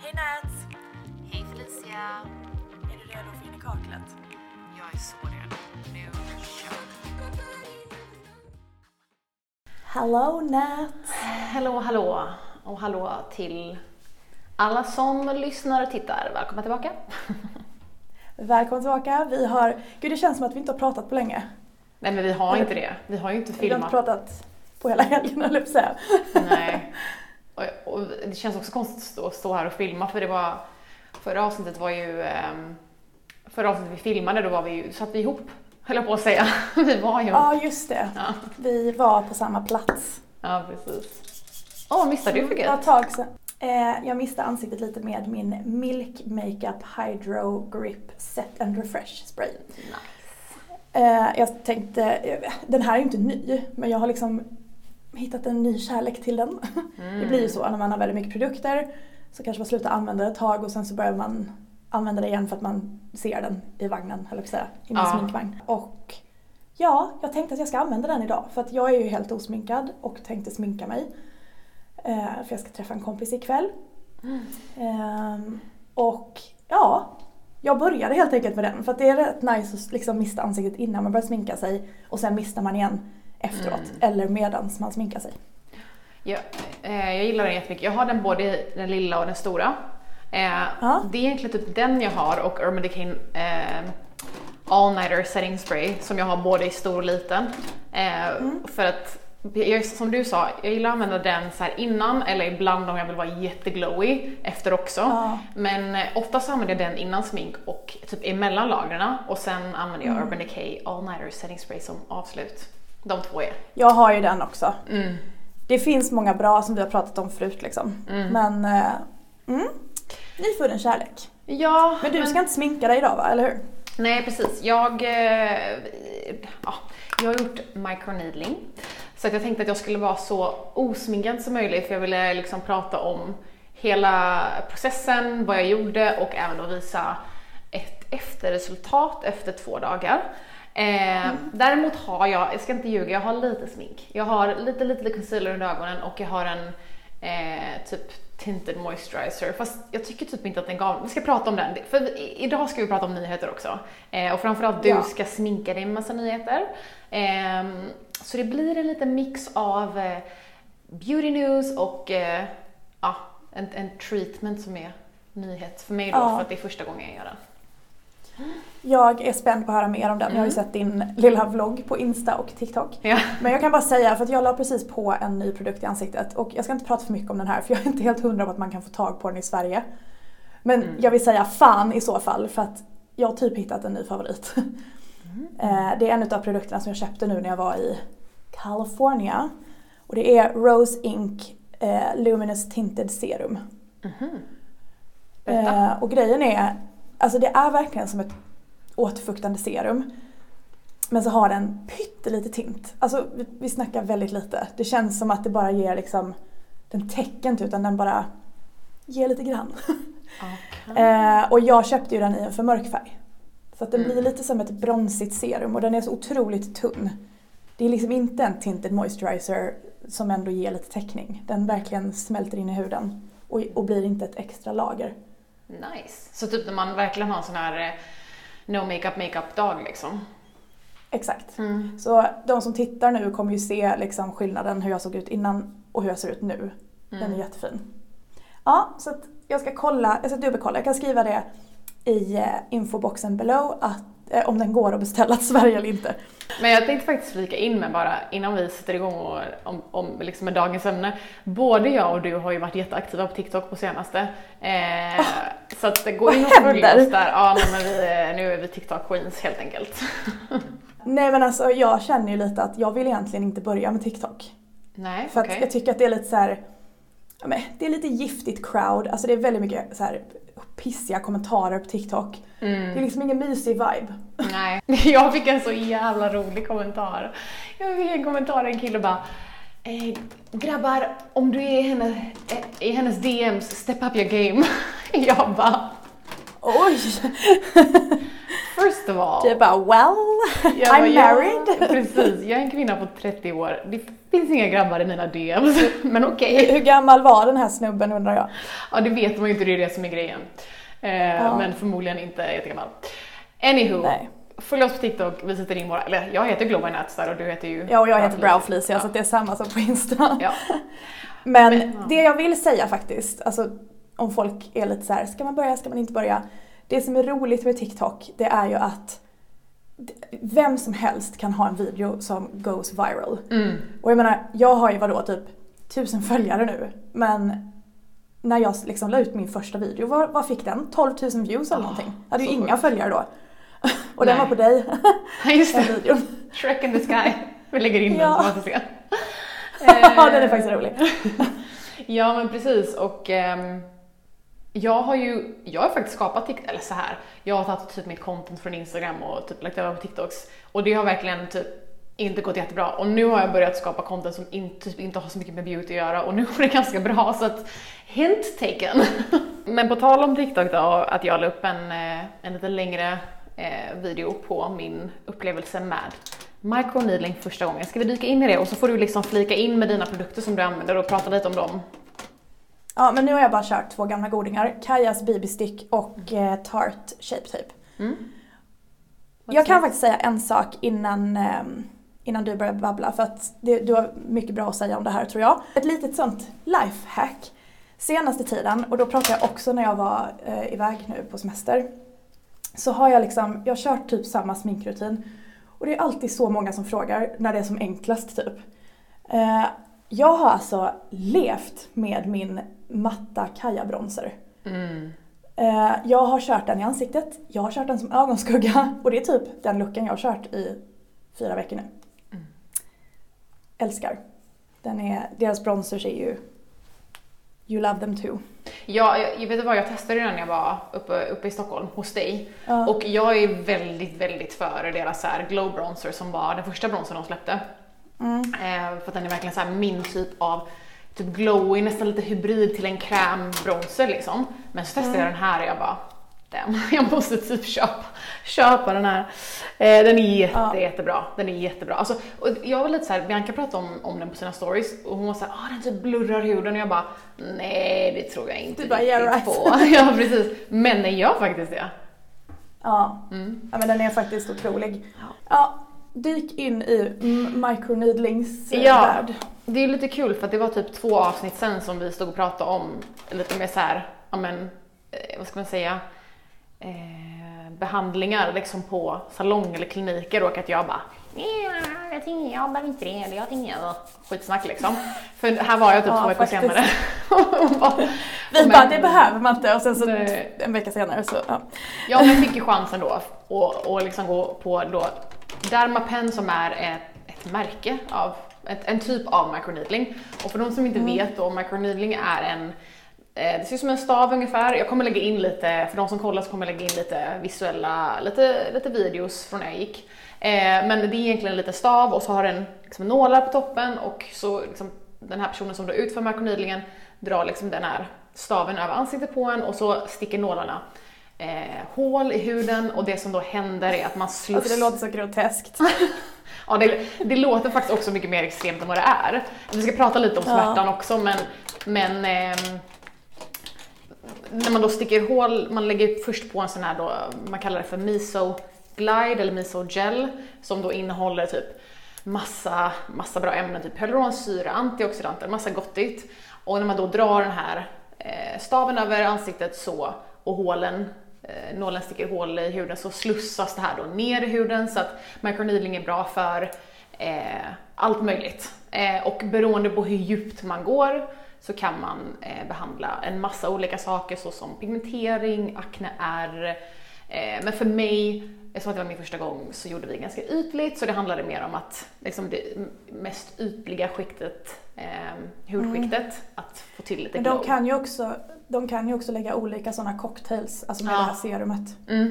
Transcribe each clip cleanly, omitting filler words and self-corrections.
Hej Nat! Hej Felicia! Är du redo för in i kaklet? Jag är så redo. Nu kör vi! Hello Nat! Hallå och hallå till alla som lyssnar och tittar. Välkomna tillbaka! Välkommen tillbaka. Gud, det känns som att vi inte har pratat på länge. Nej, men vi har inte det. Vi har ju inte filmat. Vi har inte pratat på hela helgen, eller så. Nej. Och det känns också konstigt att stå här och filma, för det var förra avsnittet vi filmade, då satt vi ihop, höll jag på att säga. Vi var ihop. Ja, just det. Ja. Vi var på samma plats. Ja, precis. Missade du för Det var ett tag sedan. Jag missade ansiktet lite med min Milk Makeup Hydro Grip Set and Refresh Spray. Nice. Jag tänkte, den här är ju inte ny, men jag har liksom hittat en ny kärlek till den. Det blir ju så när man har väldigt mycket produkter, så kanske man slutar använda det ett tag och sen så börjar man använda det igen för att man ser den i vagnen, eller så i min sminkvagn. Och ja, jag tänkte att jag ska använda den idag, för att jag är ju helt osminkad och tänkte sminka mig. För jag ska träffa en kompis ikväll. Och ja, jag började helt enkelt med den, för att det är rätt nice att liksom mista ansiktet innan man börjar sminka sig, och sen mistar man igen efteråt, eller medans man sminkar sig. Ja, jag gillar den jättemycket. Jag har den både den lilla och den stora. Det är egentligen typ den jag har, och Urban Decay All Nighter Setting Spray som jag har både i stor och liten. För att, som du sa, jag gillar att använda den så här innan, eller ibland om jag vill vara jätteglowy efter också. Men oftast använder jag den innan smink och typ emellan lagren, och sen använder jag Urban Decay All Nighter Setting Spray som avslut. De två är. Jag har ju den också. Det finns många bra som vi har pratat om förut liksom. Men ni får en kärlek. Ja. Men du ska inte sminka dig idag, va? Eller hur? Nej, precis. Jag har gjort microneedling. Så att jag tänkte att jag skulle vara så osminkad som möjligt, för jag ville liksom prata om hela processen, vad jag gjorde, och även då visa ett efterresultat efter 2 dagar. Däremot har jag ska inte ljuga, jag har lite smink. Jag har lite concealer under ögonen, och jag har en typ tinted moisturizer, fast jag tycker typ inte att den gav. Vi ska prata om den, för idag ska vi prata om nyheter också. Och framförallt du ska sminka dig en massa nyheter. Så det blir en liten mix av beauty news och en treatment som är nyhet för mig då, för att det är första gången jag gör den. Jag är spänd på att höra mer om den. Jag har ju sett din lilla vlogg på Insta och TikTok. Ja. Men jag kan bara säga, för att jag la precis på en ny produkt i ansiktet. Och jag ska inte prata för mycket om den här, för jag är inte helt hundra på att man kan få tag på den i Sverige. Men jag vill säga fan i så fall, för att jag har typ hittat en ny favorit. Det är en av produkterna som jag köpte nu när jag var i California. Och det är Rose Inc Luminous Tinted Serum. Och grejen är, alltså det är verkligen som ett återfuktande serum. Men så har den pyttelite tint. Alltså vi snackar väldigt lite. Det känns som att det bara ger liksom, den täcker inte, utan den bara ger lite grann. Och jag köpte ju den i en för mörk färg. Så att den blir lite som ett bronsigt serum, och den är så otroligt tunn. Det är liksom inte en tinted moisturizer som ändå ger lite täckning. Den verkligen smälter in i huden och blir inte ett extra lager. Nice. Så typ när man verkligen har en sån här no makeup dag liksom. Exakt. Så de som tittar nu kommer ju se liksom skillnaden, hur jag såg ut innan och hur jag ser ut nu. Den är jättefin. Ja, så att jag ska dubbelkolla. Jag kan skriva det i infoboxen below att om den går att beställa till Sverige eller inte. Men jag tänkte faktiskt flika in med bara innan vi sätter igång och om liksom med dagens ämne. Både jag och du har ju varit jätteaktiva på TikTok på senaste. Så att gå in och följ oss där. Ja, men nu är vi TikTok-queens helt enkelt. Nej, men alltså jag känner ju lite att jag vill egentligen inte börja med TikTok. Nej, för att jag tycker att det är lite så här, det är lite giftigt crowd. Alltså det är väldigt mycket så här pissiga kommentarer på TikTok. Det är liksom ingen mysig vibe. Nej, jag fick en så jävla rolig kommentar. Jag fick en kommentar, en kille bara: grabbar, om du är i hennes DMs, step up your game. Jag bara: oj! First måste vara. Du bara I'm married. Precis, jag är en kvinna på 30 år. Det finns inga grabbar i mina DMs, men okej. Hur gammal var den här snubben undrar jag? Ja, det vet man ju inte, det är det som är grejen. Men förmodligen inte jättegammal. Anywho. Nej. Följ oss på TikTok, vi sätter in våra, eller jag heter Global Nätstar och du heter ju... Ja, och jag heter Browfelicia, så det är samma som på Insta. Ja. Men det jag vill säga faktiskt, alltså om folk är lite så här, ska man börja, ska man inte börja? Det som är roligt med TikTok, det är ju att vem som helst kan ha en video som goes viral. Och jag menar, jag har ju vadå typ 1000 följare nu, men när jag liksom la ut min första video, vad fick den? 12 000 views eller någonting. Jag hade ju inga följare då. Och den var på dig. Just det. Videon. Shrek in the sky. Vi lägger in den så man får se. Ja, den är faktiskt rolig. Ja, men precis. Och jag har faktiskt skapat TikTok, eller så här. Jag har tagit typ mitt content från Instagram och typ lagt över på TikToks. Och det har verkligen typ inte gått jättebra. Och nu har jag börjat skapa content som inte har så mycket med beauty att göra. Och nu går det ganska bra, så att hint taken. Men på tal om TikTok då, att jag la upp en lite längre video på min upplevelse med microneedling första gången. Ska vi dyka in i det och så får du liksom flika in med dina produkter som du använder och prata lite om dem. Ja, men nu har jag bara kört 2 gamla godingar. Kajas BB Stick och Tarte Shape Tape. Jag kan faktiskt säga en sak innan du börjar babbla, för att du har mycket bra att säga om det här tror jag. Ett litet sånt lifehack senaste tiden, och då pratar jag också när jag var iväg nu på semester. Så har jag har kört typ samma sminkrutin. Och det är alltid så många som frågar när det är som enklast typ. Jag har alltså levt med min matta Kaja bronzer. Jag har kört den i ansiktet. Jag har kört den som ögonskugga. Och det är typ den looken jag har kört i 4 veckor nu. Älskar. Deras bronzers är ju... You love them too. Ja, jag vet vad, jag testade den när jag var uppe i Stockholm hos dig. Och jag är väldigt, väldigt för deras så här glow bronzer som var den första bronzern de släppte. För att den är verkligen så här min typ av typ glowy, nästan lite hybrid till en krämbronzer liksom. Men så testade jag den här och jag bara, jag måste typ köpa den här. Den är jättebra. Den är jättebra. Alltså, och jag var lite så här, Bianca pratade om den på sina stories och hon var så här, den typ blurrar huden, och jag bara, nej, det tror jag inte. Du bara, yeah, right. På. Ja, precis. Men den gör faktiskt det. Ja. Ja, men den är faktiskt otrolig. Ja, dyk in i microneedlings värld. Det är lite kul för att det var typ 2 avsnitt sen som vi stod och pratade om lite mer så här, vad ska man säga, behandlingar liksom på salong eller kliniker, och att jag bara jag behöver inte det, jag tänker skitsnack liksom. För här var jag typ 2 veckor senare. Vi bara, det behöver man inte, och sen så en vecka senare så ja, men jag fick ju chansen då och liksom gå på då Dermapen som är ett märke av en typ av microneedling. Och för de som inte vet då, microneedling är det ser ut som en stav ungefär. Jag kommer lägga in lite, för de som kollar så kommer jag lägga in lite visuella, lite videos från när jag gick. Men det är egentligen en liten stav och så har den liksom nålar på toppen, och så liksom den här personen som då utför microneedlingen drar liksom den här staven över ansiktet på en, och så sticker nålarna hål i huden, och det som då händer är att man slussar... Alltså det låter så groteskt. Ja, det låter faktiskt också mycket mer extremt än vad det är. Vi ska prata lite om smärtan också, men när man då sticker hål, man lägger först på en sån här då, man kallar det för Mesoglide eller Mesogel, som då innehåller typ massa bra ämnen, typ hyaluronsyra, antioxidanter, massa gottigt. Och när man då drar den här staven över ansiktet så, och nålen sticker hål i huden, så slussas det här då ner i huden, så att microneedling är bra för allt möjligt. Och beroende på hur djupt man går så kan man behandla en massa olika saker, såsom pigmentering, akneärr. Men för mig, eftersom det var min första gång, så gjorde vi ganska ytligt, så det handlade mer om att liksom det mest ytliga skiktet, hudskiktet, att få till lite glow. Men de kan ju också lägga olika sådana cocktails, alltså med det här serumet.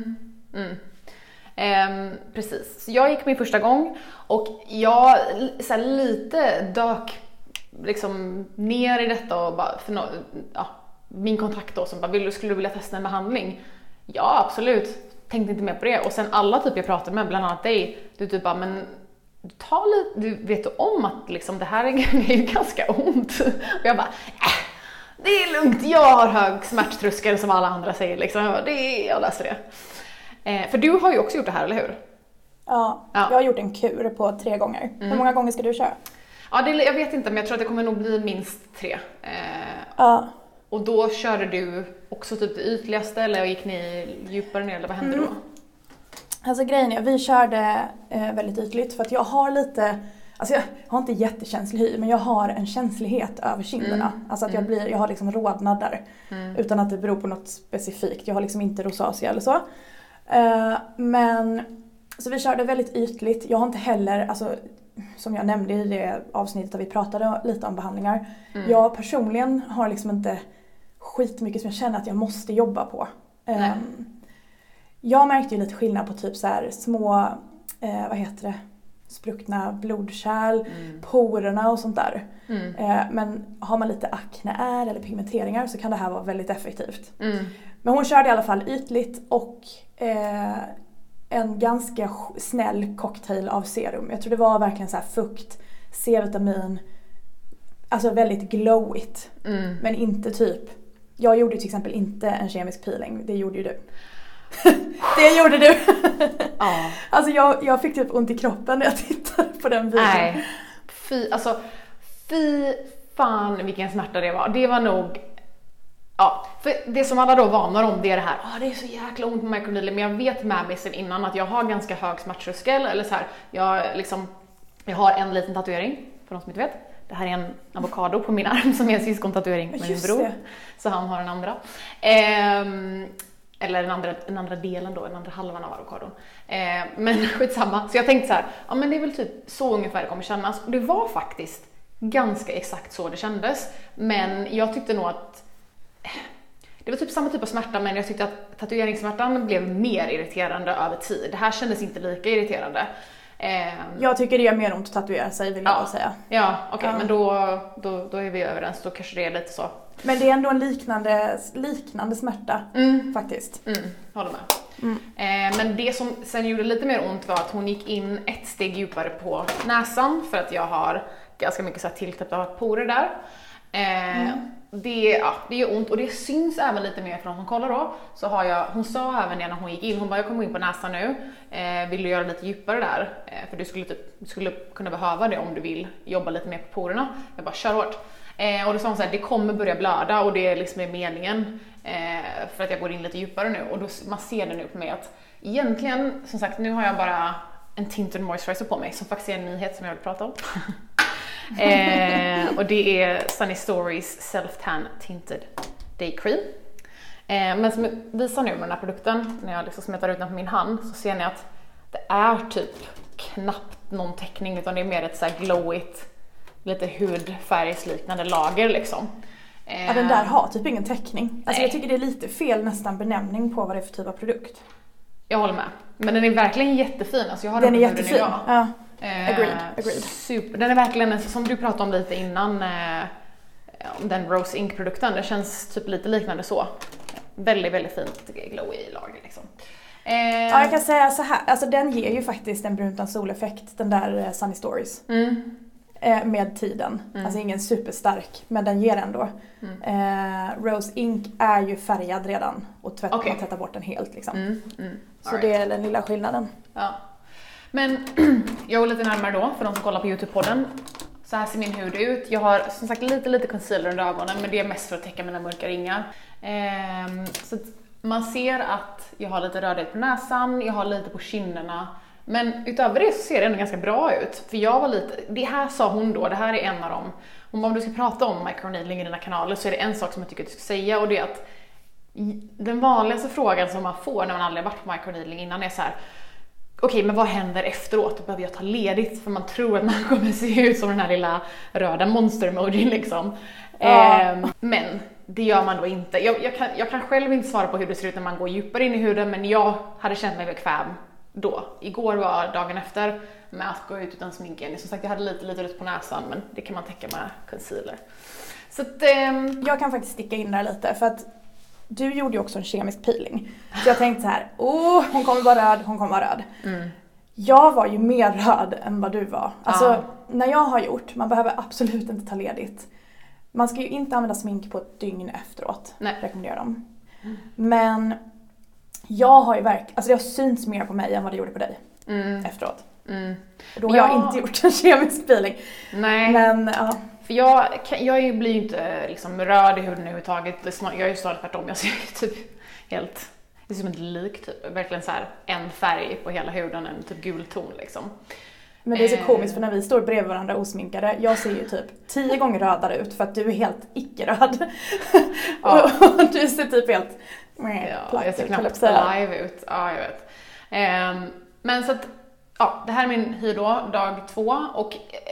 Precis. Så jag gick min första gång och jag så här, lite dök liksom ner i detta och bara min kontakt då som bara, skulle du vilja testa en behandling? Ja, absolut. tänkte inte mer på det. Och sen alla typ jag pratade med, bland annat dig, du typ bara, men ta lite, du vet om att liksom det här är ju ganska ont. Och jag bara, det är lugnt, jag har hög smärttröskel som alla andra säger liksom. Jag läser det. För du har ju också gjort det här, eller hur? Ja, jag har gjort en kur på 3 gånger. Hur många gånger ska du köra? Ja, jag vet inte, men jag tror att det kommer nog bli minst 3. Ja. Och då körde du också typ det ytligaste, eller gick ni djupare ner, eller vad hände då? Alltså grejen är, vi körde väldigt ytligt för att jag har lite, alltså jag har inte jättekänslig hy, men jag har en känslighet över kinderna. Alltså att jag har liksom rodnad där, utan att det beror på något specifikt. Jag har liksom inte rosacea eller så. Men så vi körde väldigt ytligt. Jag har inte heller, alltså som jag nämnde i det avsnittet där vi pratade lite om behandlingar. Jag personligen har liksom inte skitmycket som jag känner att jag måste jobba på. Jag märkte ju lite skillnad på typ så här små, spruckna blodkärl, porerna och sånt där. Men har man lite akneär eller pigmenteringar så kan det här vara väldigt effektivt. Men hon körde i alla fall ytligt och en ganska snäll cocktail av serum. Jag tror det var verkligen så här fukt, C-vitamin, alltså väldigt glowigt. Men inte typ, jag gjorde till exempel inte en kemisk peeling, det gjorde ju du. Det gjorde du. Ja. Alltså jag fick typ ont i kroppen när jag tittade på den videon. Nej, fy fan vilken smärta det var. Det var nog, ja, för det som alla då varnar om, det är det här, det är så jäkla ont med microneedling, men jag vet med mig sen innan att jag har ganska hög smärttröskel, eller så här, jag har en liten tatuering, för de som inte vet. Det här är en avokado på min arm som är en syskontatuering med min bror. Så han har den andra. Eller den andra delen då, den andra halvan av avokadon. Men skitsamma. Så jag tänkte så här, ja men det är väl typ så ungefär det kommer kännas. Och det var faktiskt ganska exakt så det kändes. Men jag tyckte nog att det var typ samma typ av smärta, men jag tyckte att tatueringssmärtan blev mer irriterande över tid. Det här kändes inte lika irriterande. Jag tycker det är mer ont att tatuera sig, vill jag säga. Ja, okej, men då är vi överens. Då kanske det är lite så. Men det är ändå en liknande smärta faktiskt. Håller med. Men det som sen gjorde lite mer ont var att hon gick in ett steg djupare på näsan, för att jag har ganska mycket så här tilltäppta porer där. Det gör ont och det syns även lite mer från hon kollar då. Så hon sa även när hon gick in, hon bara, jag kommer in på näsan nu, vill du göra lite djupare där? För du skulle kunna behöva det om du vill jobba lite mer på porerna. Jag bara, kör hårt. Och då sa hon så här, det kommer börja blöda och det är liksom meningen, för att jag går in lite djupare nu. Och då man ser det nu på mig att egentligen, som sagt, nu har jag bara en tinted moisturizer på mig som faktiskt är en nyhet som jag vill prata om. Och det är Sunny Stories Self Tan Tinted Day Cream. Men som jag visar nu med den här produkten, när jag liksom smetar ut den på min hand, så ser ni att det är typ knappt någon täckning, utan det är mer ett så här glowigt, lite hudfärgsliknande lager liksom. Ja, den där har typ ingen täckning. Alltså jag tycker det är lite fel nästan benämning på vad det är för typ av produkt. Jag håller med. Men den är verkligen jättefin. Alltså jag har den är jättefin. Ja. Agreed. Super. Den är verkligen, som du pratade om lite innan, om den Rose Ink-produkten. Det känns typ lite liknande så. Väldigt, väldigt fint glowy lager liksom. Ja, jag kan säga så här. Alltså den ger ju faktiskt en brun utan soleffekt, den där Sunny Stories. Med tiden. Alltså ingen superstark, men den ger ändå. Rose Ink är ju färgad redan och man tvättar bort den helt liksom. Så det är den lilla skillnaden. Ja. Men jag går lite närmare då för de som kollar på YouTube-podden. Så här ser min hud ut. Jag har som sagt lite concealer under ögonen, men det är mest för att täcka mina mörka ringar. Så att man ser att jag har lite rödhet på näsan, jag har lite på kinderna. Men utöver det så ser det ändå ganska bra ut. För jag var lite, det här sa hon då, det här är en av dem. Om du ska prata om microneedling i dina kanaler så är det en sak som jag tycker att du ska säga, och det är att den vanligaste frågan som man får när man aldrig har varit på microneedling innan är så här: okej, men vad händer efteråt? Behöver jag ta ledigt? För man tror att man kommer se ut som den här lilla röda monster-emojin liksom. Men det gör man då inte. Jag kan själv inte svara på hur det ser ut när man går djupare in i huden, men jag hade känt mig bekväm då. Igår var dagen efter med att gå ut utan smink igen. Som sagt, jag hade lite rött på näsan, men det kan man täcka med concealer. Så att, jag kan faktiskt sticka in där lite, för att du gjorde ju också en kemisk peeling. Så jag tänkte så här, hon kommer vara röd. Jag var ju mer röd än vad du var. Alltså när jag har gjort, man behöver absolut inte ta ledigt. Man ska ju inte använda smink på ett dygn efteråt. Nej. Rekommenderar dem. Men jag har ju alltså det har synts mer på mig än vad det gjorde på dig efteråt. Då har jag inte gjort en kemisk peeling. Nej. Men ja. För jag blir ju inte liksom röd i huden överhuvudtaget. Jag är ju snarare tvärtom. Jag ser ju typ helt... Det är som ett lik typ. Verkligen så här en färg på hela huden, en typ gul ton liksom. Men det är så komiskt för när vi står bredvid varandra osminkade, jag ser ju typ 10 gånger rödare ut för att du är helt icke-röd. Ja. och du ser typ helt platt jag ser knappt live ut. Ja, jag vet. Men så att, det här är min hy då, dag 2. Och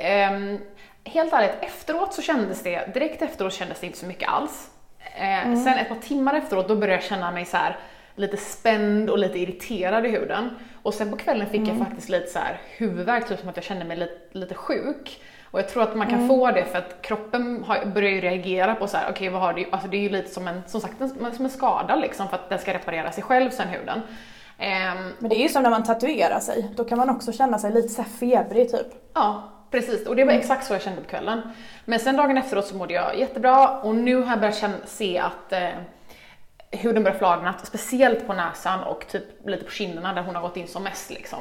helt ärligt, direkt efteråt kändes det inte så mycket alls. Sen ett par timmar efteråt, då började jag känna mig så här lite spänd och lite irriterad i huden. Och sen på kvällen fick jag faktiskt lite så här huvudvärk, typ som att jag kände mig lite sjuk. Och jag tror att man kan få det för att kroppen börjar ju reagera på så här, okej, vad har du? Alltså det är ju lite som en skada liksom, för att den ska reparera sig själv sen huden. Men det är ju som när man tatuerar sig, då kan man också känna sig lite så här febrig typ. Ja, precis. Och det var exakt så jag kände på kvällen. Men sen dagen efteråt så mådde jag jättebra och nu har jag börjat se att huden börjar flagna, speciellt på näsan och typ lite på kinderna där hon har gått in som mest liksom.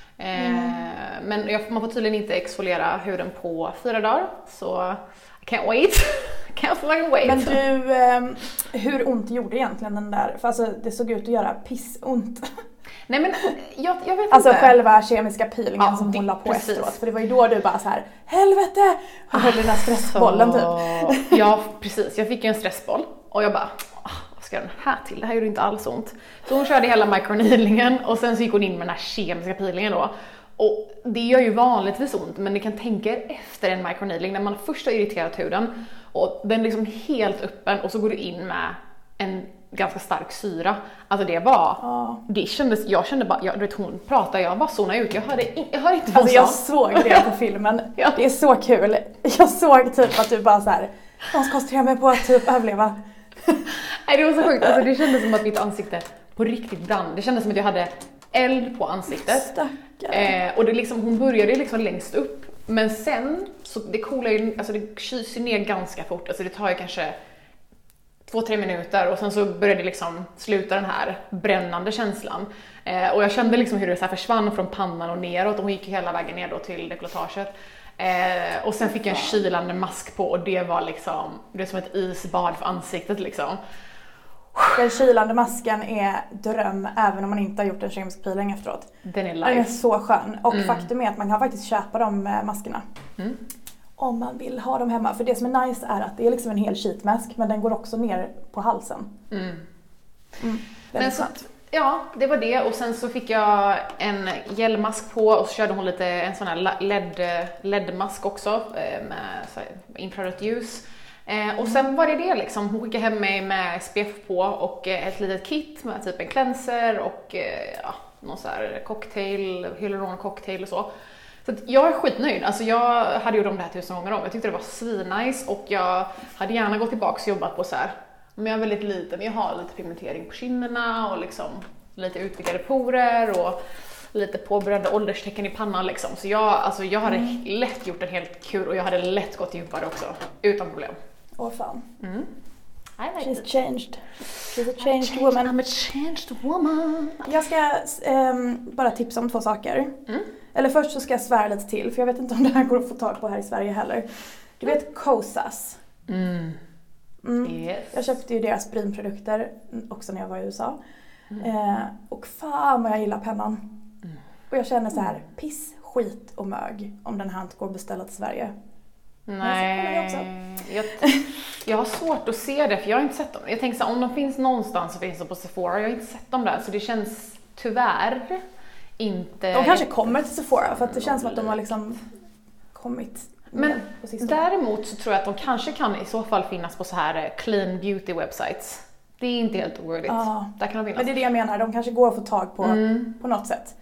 Men man får tydligen inte exfoliera huden på 4 dagar, så I can't wait. Can't fucking wait. Men du, hur ont gjorde det egentligen den där? För alltså det såg ut att göra pissont. Nej men jag vet inte. Alltså själva kemiska peelingen som hon la på efteråt. För det var ju då du bara så här, helvete! Och höll den där stressbollen typ. Ja precis, jag fick ju en stressboll och jag bara, vad ska den här till? Det här gjorde inte alls ont. Så hon körde hela microneedlingen och sen så gick hon in med den här kemiska peelingen då. Och det gör ju vanligtvis ont, men ni kan tänka er efter en microneedling när man först har irriterat huden och den är liksom helt öppen och så går du in med en ganska stark syra. Alltså det var, det kändes, jag kände bara, du vet hon pratade, jag bara zonade ut, jag hörde inte vad hon alltså jag såg det på filmen, ja. Det är så kul. Jag såg typ att du bara så här, jag ska koncentrera mig på att typ överleva. Nej det var så sjukt, alltså det kändes som att mitt ansikte på riktigt brann. Det kändes som att jag hade eld på ansiktet. Och det liksom, hon började liksom längst upp. Men sen, så det coolar ju, alltså det kyser ner ganska fort. Alltså det tar ju kanske 2-3 minuter och sen så började det liksom sluta den här brännande känslan. Och jag kände liksom hur det så här försvann från pannan och neråt och hon gick hela vägen ner då till dekolletaget. Och sen fick jag en kylande mask på och det var liksom, det är som ett isbad för ansiktet liksom. Den kylande masken är dröm även om man inte har gjort en kemisk peeling efteråt. Den är live. Den är så skön. Och faktum är att man kan faktiskt köpa de maskerna. Om man vill ha dem hemma. För det som är nice är att det är liksom en hel sheetmask men den går också ner på halsen. Men så, ja, det var det. Och sen så fick jag en gelmask på och så körde hon en sån här LED-mask också med infrarött ljus. Och sen var det liksom, hon skickade hem mig med SPF på och ett litet kit med typ en cleanser och någon så här cocktail, hyaluron-cocktail och så. Så att jag är skitnöjd, alltså jag hade gjort om det här 1000 gånger om, jag tyckte det var svinnice och jag hade gärna gått tillbaka och jobbat på så här, men jag är väldigt liten, men jag har lite pigmentering på kinderna och liksom lite utvidgade porer och lite påbörjade ålderstecken i pannan liksom. Så jag hade lätt gjort en helt kur och jag hade lätt gått djupare också, utan problem. Åh fan. She's changed. She's a changed woman. I'm a changed woman. Jag ska bara tipsa om 2 saker. Eller först så ska jag svära lite till, för jag vet inte om det här går att få tag på här i Sverige heller. Du vet Kosas. Yes. Jag köpte ju deras brynprodukter också när jag var i USA. Och fan vad jag gillar pennan. Och jag känner så här, piss, skit och mög om den här inte går att beställa till Sverige. Nej, jag har svårt att se det för jag har inte sett dem. Jag tänker så här, om de finns någonstans så finns de på Sephora. Jag har inte sett dem där så det känns tyvärr inte... De kanske kommer till Sephora för att det känns som att de har liksom kommit. Men däremot så tror jag att de kanske kan i så fall finnas på så här clean beauty websites. Det är inte helt oerhört. Där kan de finnas. Men det är det jag menar, de kanske går att få tag på något sätt.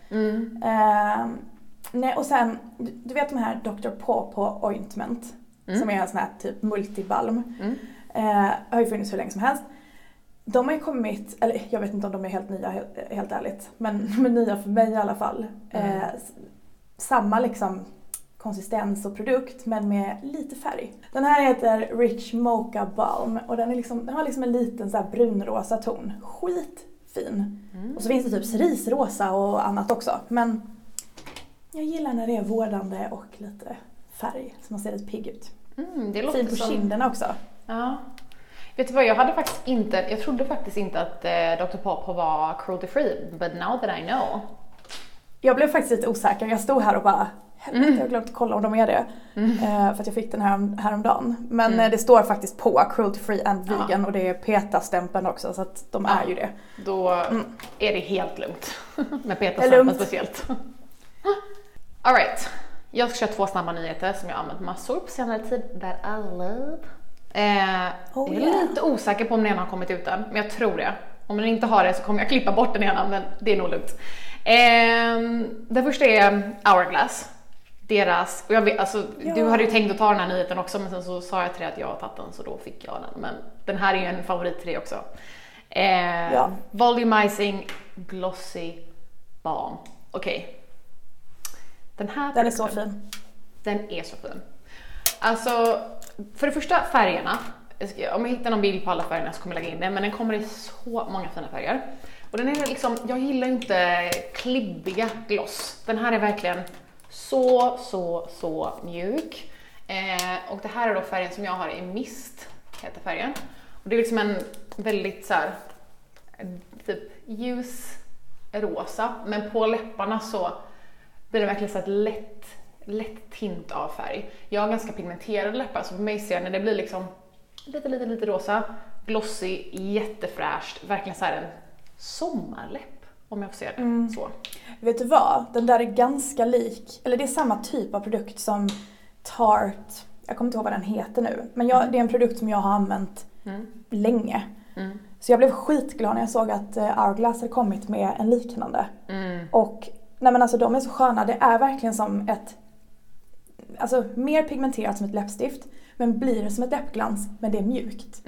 Nej, och sen, du vet de här Dr. Pawpaw Ointment som är en sån här typ multibalm. Har ju funnits hur länge som helst. De har ju kommit, eller jag vet inte om de är helt nya helt ärligt, men de är nya för mig i alla fall. Samma liksom konsistens och produkt men med lite färg. Den här heter Rich Mocha Balm och den har liksom en liten så här brunrosa ton. Skitfin. Och så finns det typ cerisrosa och annat också. Men jag gillar när det är vårdande och lite färg så man ser lite pigg ut. Det låter fin på kinderna också. Ja. Vet du vad, jag trodde faktiskt inte att Dr. Pawpaw var cruelty free, but now that I know. Jag blev faktiskt lite osäker. Jag stod här och bara, helvete, jag har glömt att kolla om de är det. För att jag fick den häromdagen. Men det står faktiskt på cruelty free and vegan och det är PETA-stämpeln också så att de är ju det. Då är det helt lugnt. Med PETA-stämpeln speciellt. All right. Jag ska köra 2 snabba nyheter som jag har använt massor på senare tid. That I love. Jag är lite osäker på om den ena har kommit ut än, men jag tror det. Om den inte har det så kommer jag klippa bort den ena, men det är nog lugnt. Den första är Hourglass. Deras, och jag vet, alltså, du hade ju tänkt att ta den här nyheten också, men sen så sa jag till dig att jag har tagit den så då fick jag den. Men den här är ju en favorit till dig också. Volumizing Glossy Balm. Okej. Den är så fin. Den är så fin. Alltså, för det första färgerna. Om jag hittar någon bild på alla färgerna så kommer jag lägga in det. Men den kommer i så många fina färger. Och den är liksom, jag gillar inte klibbiga gloss. Den här är verkligen så mjuk. Och det här är då färgen som jag har i Mist, heter färgen. Och det är liksom en väldigt så här, typ ljus rosa. Men på läpparna så blir det verkligen så ett lätt tint av färg. Jag har ganska pigmenterade läppar så för mig ser när det blir liksom lite rosa, glossy, jättefräscht, verkligen så här en sommarläpp om jag får se det så. Vet du vad? Den där är ganska lik, eller det är samma typ av produkt som Tarte, jag kommer inte ihåg vad den heter nu, men det är en produkt som jag har använt länge. Så jag blev skitglad när jag såg att Hourglass hade kommit med en liknande. Och nej men alltså de är så sköna, det är verkligen som ett, alltså mer pigmenterat som ett läppstift, men blir det som ett läppglans, men det är mjukt.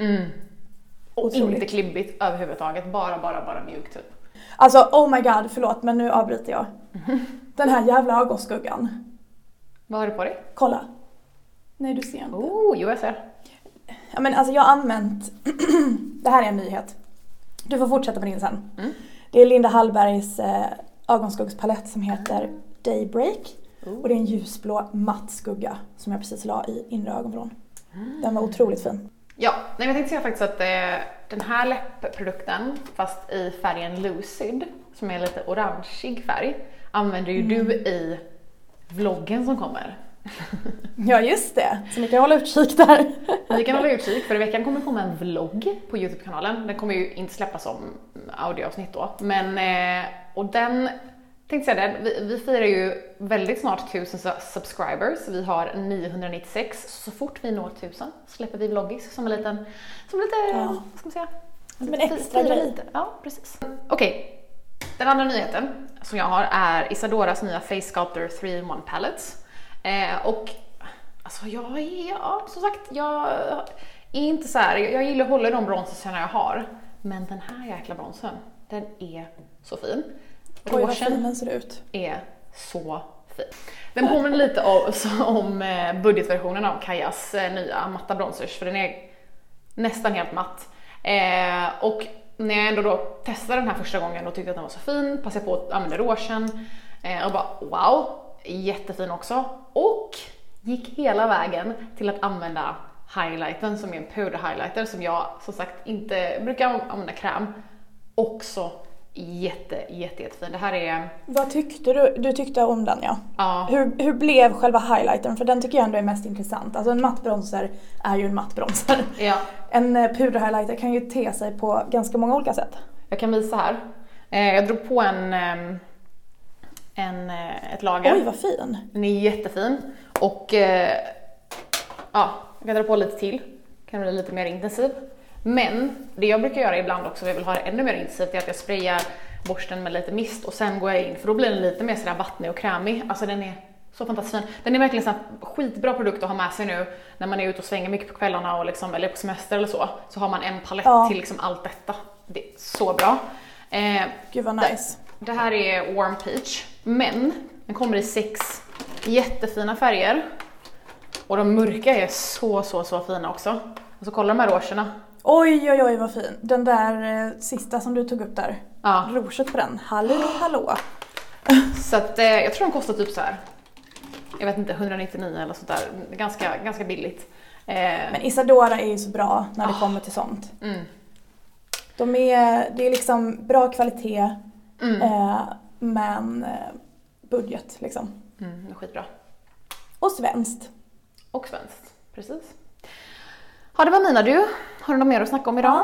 Och otroligt. Inte klibbigt överhuvudtaget, bara mjukt typ. Alltså oh my god, förlåt men nu avbryter jag. Den här jävla ögonskuggan. Vad har du på dig? Kolla. Nej, du ser inte. Jo jag ser. Ja men alltså jag har använt, det här är en nyhet. Du får fortsätta med din sen. Det är Linda Hallbergs ögonskuggspalett som heter Daybreak. Och det är en ljusblå matt skugga som jag precis la i inre ögonvrån. Den var otroligt fin. Ja, nej, jag tänkte säga faktiskt att den här läppprodukten, fast i färgen Lucid, som är lite orangeig färg, använder ju du i vloggen som kommer. Ja just det, så ni kan hålla utkik där. Ni kan hålla utkik, för i veckan kommer det komma en vlogg på YouTube-kanalen. Den kommer ju inte släppas som audioavsnitt då. Men, och den, tänkte säga det, vi firar ju väldigt snart 1000 subscribers. Vi har 996, så fort vi når 1000 släpper vi vloggis som lite, vad ska man säga? Som en extra grej. Lite. Ja, precis. Okej. Den andra nyheten som jag har är Isadoras nya Face Sculptor 3-in-1 Palettes. Och alltså som sagt, jag är inte så här, jag gillar att hålla de bronserna jag har, men den här jäkla bronsen, den är så fin. Oj, vad fin den ser ut. Är så fin. Den påminner lite om budgetversionen av Kajas nya matta bronsers, för den är nästan helt matt. Och när jag ändå då testade den här första gången och tyckte att den var så fin, passade på att använda rougen och bara wow, jättefin också. Och gick hela vägen till att använda highlighten som är en powder highlighter som jag som sagt inte brukar använda kräm. Också jättefin. Det här är... Vad tyckte du? Du tyckte om den, ja. Ja. Hur blev själva highlightern? För den tycker jag ändå är mest intressant. Alltså en matt bronzer är ju en matt bronzer. Ja. En powder highlighter kan ju te sig på ganska många olika sätt. Jag kan visa här. Jag drog på ett lager. Oj, vad fin. Den är jättefin. Och jag kan dra på lite till. Kan bli lite mer intensiv. Men det jag brukar göra ibland också, jag vill ha det ännu mer intensivt, är att jag sprayar borsten med lite mist och sen går jag in, för då blir den lite mer sådär vattnig och krämig. Alltså den är Så fantastiskt fin. Den är verkligen en skitbra produkt att ha med sig nu när man är ute och svänger mycket på kvällarna och liksom, eller på semester eller så. Så har man en palett till liksom allt detta. Det är så bra. Gud vad nice. Det här är Warm Peach, men den kommer i 6 jättefina färger. Och de mörka är så fina också. Och så kolla de här rogerna. Oj vad fin. Den där sista som du tog upp där. Ja. Rouget på den. Hallå. Så att jag tror de kostar typ så här. Jag vet inte, 199 eller sånt där. Ganska billigt. Men Isadora är ju så bra när det kommer till sånt. Det är liksom bra kvalitet. Men budget liksom. Det är skitbra. Och svenskt. Precis. Ja, det var mina du. Har du något mer att snacka om idag?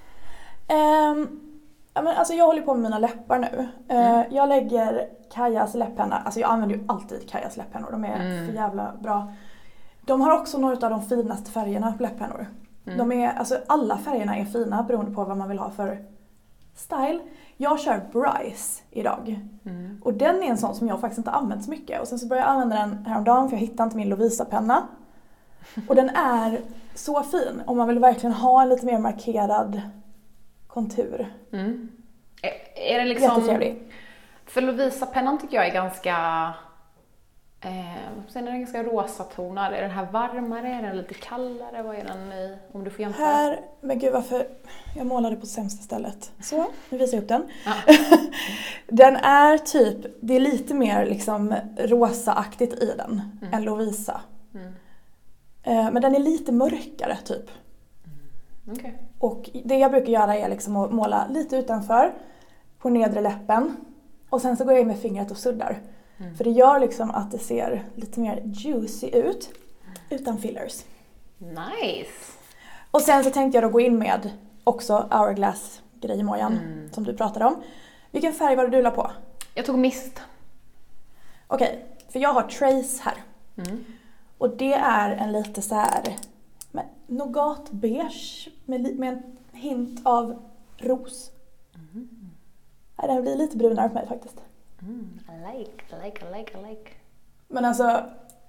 Alltså jag håller på med mina läppar nu. Jag lägger Kajas läpppenna. Alltså jag använder ju alltid Kajas läpppennor. De är för jävla bra. De har också några av de finaste färgerna på läpppennor. Alltså alla färgerna är fina beroende på vad man vill ha för style. Jag kör Bryce idag. Och den är en sån som jag faktiskt inte använt så mycket. Och sen så började jag använda den häromdagen för jag hittade inte min Lovisa-penna. Och den är så fin om man vill verkligen ha en lite mer markerad kontur. Är det liksom... Jättetrevlig. För Lovisa-pennan tycker jag är ganska... Sen är den ganska rosatonad. Är den här varmare? Är den lite kallare? Vad är den i? Om du får jämföra. Här, men gud varför... Jag målade på sämsta stället. Så, nu visar jag upp den. Den är typ... Det är lite mer liksom rosaaktigt i den än Lovisa. Men den är lite mörkare typ. Okay. Och det jag brukar göra är liksom att måla lite utanför på nedre läppen. Och sen så går jag in med fingret och suddar. För det gör liksom att det ser lite mer juicy ut utan fillers. Nice! Och sen så tänkte jag då gå in med också Hourglass-grejemojan som du pratade om. Vilken färg var det du la på? Jag tog mist. Okej, för jag har Trace här. Och det är en lite så här nougat beige med en hint av ros. Nej, den blir lite brunare för mig faktiskt. I like. Men alltså,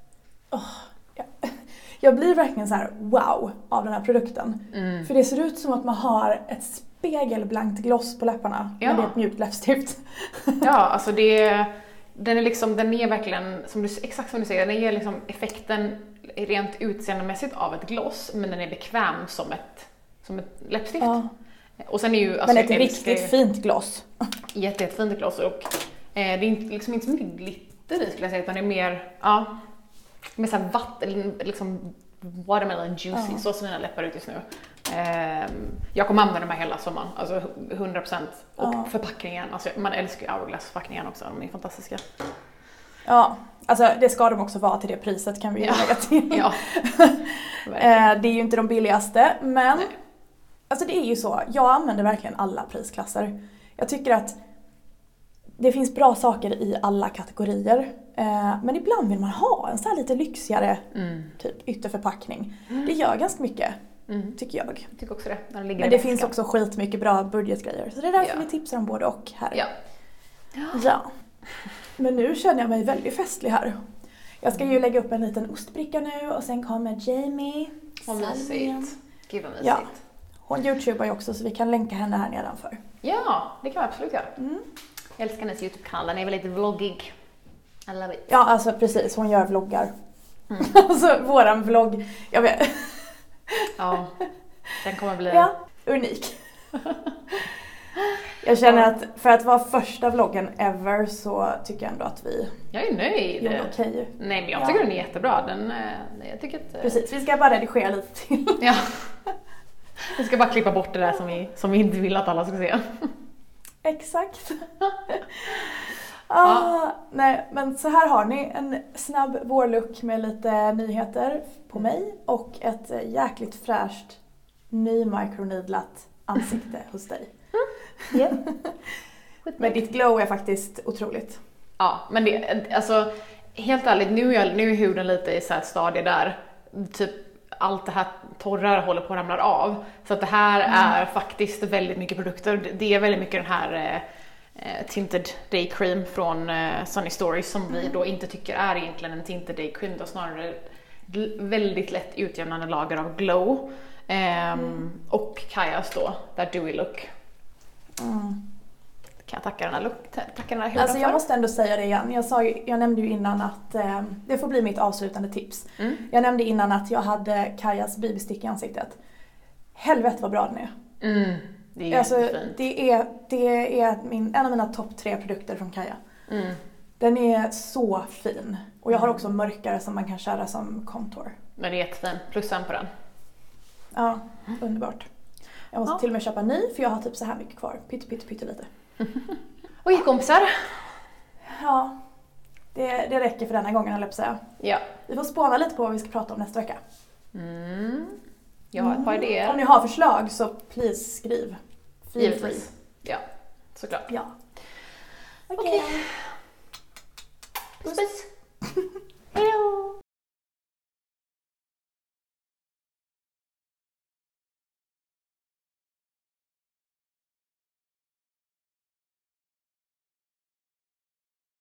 jag blir verkligen så här wow av den här produkten. För det ser ut som att man har ett spegelblankt gloss på läpparna. Men det är ett mjukt läppstift. Ja, alltså den är verkligen, exakt som du säger, den ger liksom effekten rent utseendemässigt av ett gloss, men den är bekväm som ett läppstift. Ja. Och sen är ju, alltså, men ett riktigt fint gloss. Jättefint gloss, och det är inte så mycket glitter i, skulle jag säga, utan det är mer, med så här vatten, liksom watermelon juicy, så ser mina läppar ut just nu. Jag kommer använda de här hela sommaren, alltså 100%. Och förpackningen, alltså man älskar ju Hourglass-förpackningen också, de är fantastiska. Ja, alltså det ska de också vara till det priset, kan vi ju lägga till. Ja. Det är ju inte de billigaste, men alltså det är ju så, jag använder verkligen alla prisklasser. Jag tycker att det finns bra saker i alla kategorier, men ibland vill man ha en så här lite lyxigare typ ytterförpackning. Det gör ganska mycket, tycker jag. Jag tycker också det. Men det finns också skitmycket bra budgetgrejer, så det är därför vi tipsar om både och här. Ja. Men nu känner jag mig väldigt festlig här. Jag ska ju lägga upp en liten ostbricka nu och sen kommer Jamie. Vad mysigt. Gud vad mysigt. Ja. Hon youtubar ju också, så vi kan länka henne här nedanför. Ja, det kan vi absolut göra. Jag älskar hennes YouTube-kanal, den är väl lite vloggig. I love it. Ja, alltså precis, hon gör vloggar. Alltså våran vlogg, jag vet. Ja, den kommer bli... Ja, unik. Jag känner att för att vara första vloggen ever så tycker jag ändå att vi... Jag är nöjd. Gjorde okej. Nej, men jag tycker den är jättebra. Jag tycker att... Precis, vi ska bara redigera lite till. Ja. Vi ska bara klippa bort det där som vi inte vill att alla ska se. Exakt. Nej, men så här har ni en snabb vårlook med lite nyheter på mig och ett jäkligt fräscht nymikronidlat ansikte hos dig. Yeah. Men ditt glow är faktiskt otroligt. Ja, men det, alltså helt ärligt, nu är huden lite i så här stadie där typ allt det här torra håller på att ramla av. Så att det här är faktiskt väldigt mycket produkter. Det är väldigt mycket den här Tinted Day Cream från Sunny Stories som vi då inte tycker är egentligen en Tinted Day Cream, då snarare väldigt lätt utjämnande lager av glow. Och Kajas då, That Dewy Look. Kan jag tacka den här huden alltså jag för? måste ändå säga det igen. Jag nämnde ju innan att det får bli mitt avslutande tips. Jag nämnde innan att jag hade Kajas BB-stick i ansiktet. Helvete vad bra den är. Det är alltså, jättefint. det är en av mina topp 3 produkter från Kaja. Den är så fin. Och jag har också mörkare som man kan köra som contour. Men det är jättefin. Plus en på den. Ja, underbart. Jag måste till och med köpa en ny för jag har typ så här mycket kvar. Pytte lite. Oj, kompisar. Ja, det räcker för denna gången, höll jag på att säga. Ja. Vi får spåna lite på vad vi ska prata om nästa vecka. Jag har ett par idéer. Om ni har förslag så please skriv. Feel free. Ja, såklart. Ja. Okej. Puss.